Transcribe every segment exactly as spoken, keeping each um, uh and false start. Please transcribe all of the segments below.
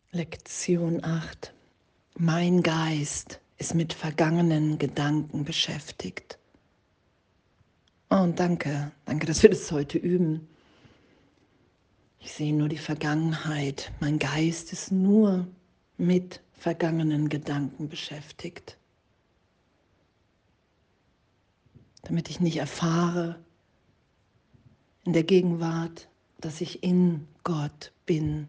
Lektion acht. Mein Geist ist mit vergangenen Gedanken beschäftigt. Oh, und danke, danke, dass wir das heute üben. Ich sehe nur die Vergangenheit. Mein Geist ist nur mit vergangenen Gedanken beschäftigt. Damit ich nicht erfahre in der Gegenwart, dass ich in Gott bin.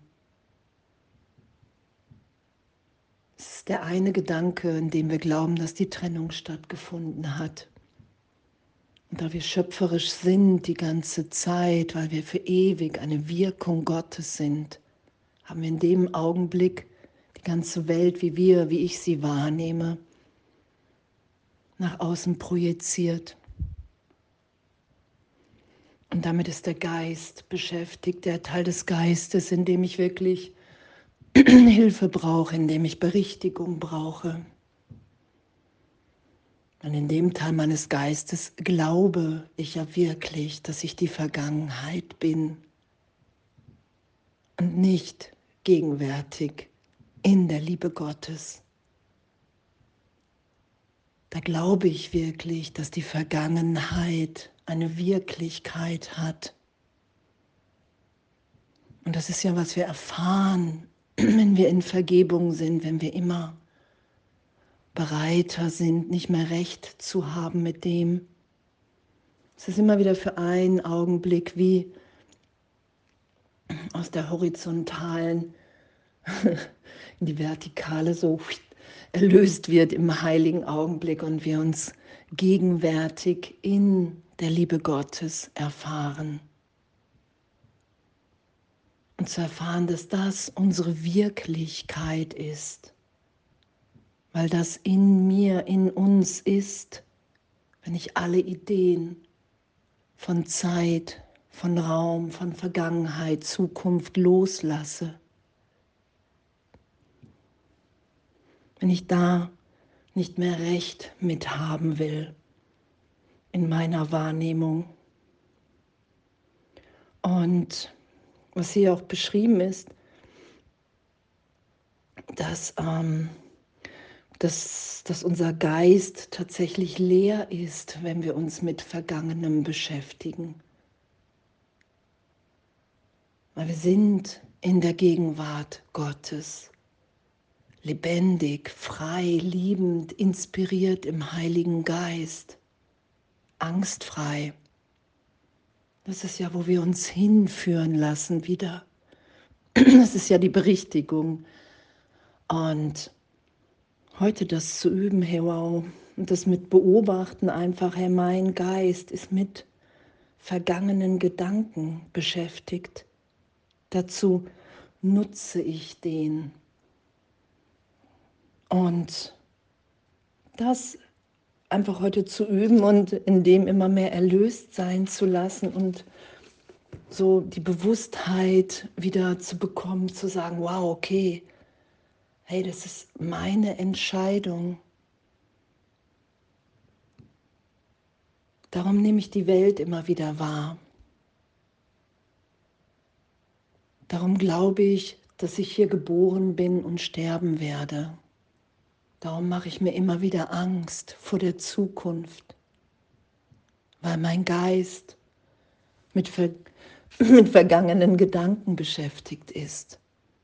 Es ist der eine Gedanke, in dem wir glauben, dass die Trennung stattgefunden hat. Und da wir schöpferisch sind die ganze Zeit, weil wir für ewig eine Wirkung Gottes sind, haben wir in dem Augenblick die ganze Welt, wie wir, wie ich sie wahrnehme, nach außen projiziert. Und damit ist der Geist beschäftigt, der Teil des Geistes, in dem ich wirklich Hilfe brauche, in dem ich Berichtigung brauche. Und in dem Teil meines Geistes glaube ich ja wirklich, dass ich die Vergangenheit bin und nicht gegenwärtig in der Liebe Gottes. Da glaube ich wirklich, dass die Vergangenheit eine Wirklichkeit hat. Und das ist ja, was wir erfahren, wenn wir in Vergebung sind, wenn wir immer bereiter sind, nicht mehr recht zu haben mit dem. Es ist immer wieder für einen Augenblick wie aus der horizontalen in die vertikale so erlöst wird im heiligen Augenblick und wir uns gegenwärtig in der Liebe Gottes erfahren. Und zu erfahren, dass das unsere Wirklichkeit ist, weil das in mir, in uns ist, wenn ich alle Ideen von Zeit, von Raum, von Vergangenheit, Zukunft loslasse. Wenn ich da nicht mehr recht mithaben will in meiner Wahrnehmung. Und was hier auch beschrieben ist, dass, ähm, dass, dass unser Geist tatsächlich leer ist, wenn wir uns mit Vergangenem beschäftigen. Weil wir sind in der Gegenwart Gottes, lebendig, frei, liebend, inspiriert im Heiligen Geist, angstfrei. Das ist ja, wo wir uns hinführen lassen wieder. Das ist ja die Berichtigung. Und heute das zu üben, hey wow, und das mit beobachten einfach, hey, mein Geist ist mit vergangenen Gedanken beschäftigt. Dazu nutze ich den. Und das einfach heute zu üben und in dem immer mehr erlöst sein zu lassen und so die Bewusstheit wieder zu bekommen, zu sagen, wow, okay, hey, das ist meine Entscheidung. Darum nehme ich die Welt immer wieder wahr. Darum glaube ich, dass ich hier geboren bin und sterben werde. Darum mache ich mir immer wieder Angst vor der Zukunft, weil mein Geist mit, ver mit vergangenen Gedanken beschäftigt ist.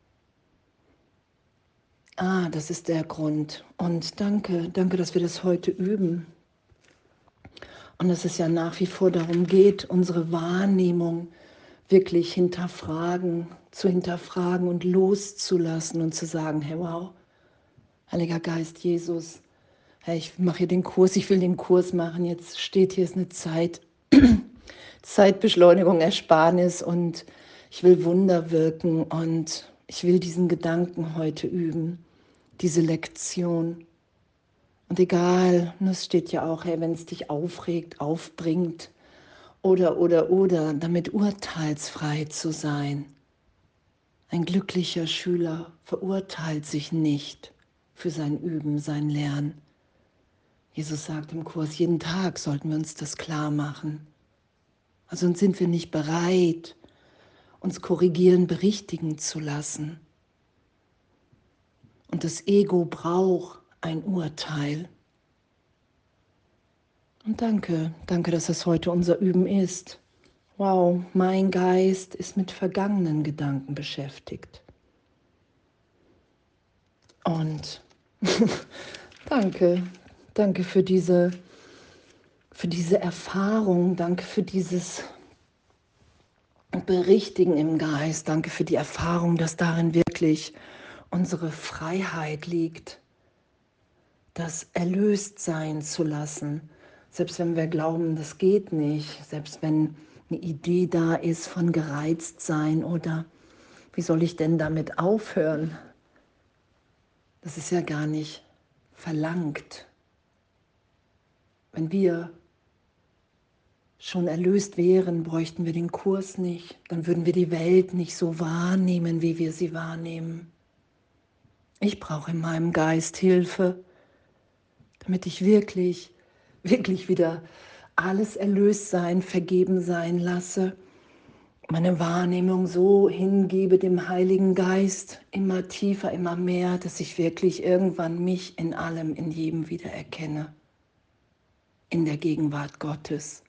Ah, das ist der Grund. Und danke, danke, dass wir das heute üben. Und dass es ja nach wie vor darum geht, unsere Wahrnehmung wirklich hinterfragen, zu hinterfragen und loszulassen und zu sagen, hey wow, Heiliger Geist, Jesus, hey, ich mache hier den Kurs, ich will den Kurs machen, jetzt steht hier ist eine Zeit, Zeitbeschleunigung, Ersparnis und ich will Wunder wirken und ich will diesen Gedanken heute üben, diese Lektion. Und egal, es steht ja auch, hey, wenn es dich aufregt, aufbringt oder, oder, oder, damit urteilsfrei zu sein. Ein glücklicher Schüler verurteilt sich nicht für sein Üben, sein Lernen. Jesus sagt im Kurs, jeden Tag sollten wir uns das klar machen. Also sind wir nicht bereit, uns korrigieren, berichtigen zu lassen. Und das Ego braucht ein Urteil. Und danke, danke, dass das heute unser Üben ist. Wow, mein Geist ist mit vergangenen Gedanken beschäftigt. Und danke, danke für diese, für diese Erfahrung, danke für dieses Berichtigen im Geist, danke für die Erfahrung, dass darin wirklich unsere Freiheit liegt, das erlöst sein zu lassen, selbst wenn wir glauben, das geht nicht, selbst wenn eine Idee da ist von gereizt sein oder wie soll ich denn damit aufhören? Das ist ja gar nicht verlangt. Wenn wir schon erlöst wären, bräuchten wir den Kurs nicht, dann würden wir die Welt nicht so wahrnehmen, wie wir sie wahrnehmen. Ich brauche in meinem Geist Hilfe, damit ich wirklich, wirklich wieder alles erlöst sein, vergeben sein lasse, meine Wahrnehmung so hingebe dem Heiligen Geist, immer tiefer, immer mehr, dass ich wirklich irgendwann mich in allem, in jedem wieder erkenne, in der Gegenwart Gottes.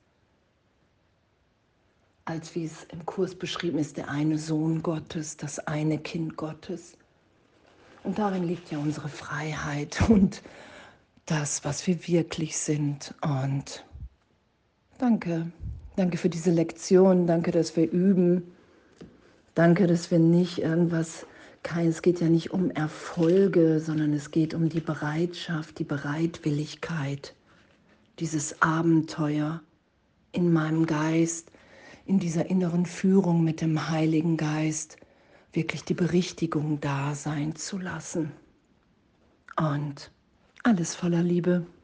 Als wie es im Kurs beschrieben ist, der eine Sohn Gottes, das eine Kind Gottes. Und darin liegt ja unsere Freiheit und das, was wir wirklich sind. Und danke, danke für diese Lektion, danke, dass wir üben, danke, dass wir nicht irgendwas, kein, es geht ja nicht um Erfolge, sondern es geht um die Bereitschaft, die Bereitwilligkeit, dieses Abenteuer in meinem Geist, in dieser inneren Führung mit dem Heiligen Geist, wirklich die Berichtigung da sein zu lassen. Und alles voller Liebe.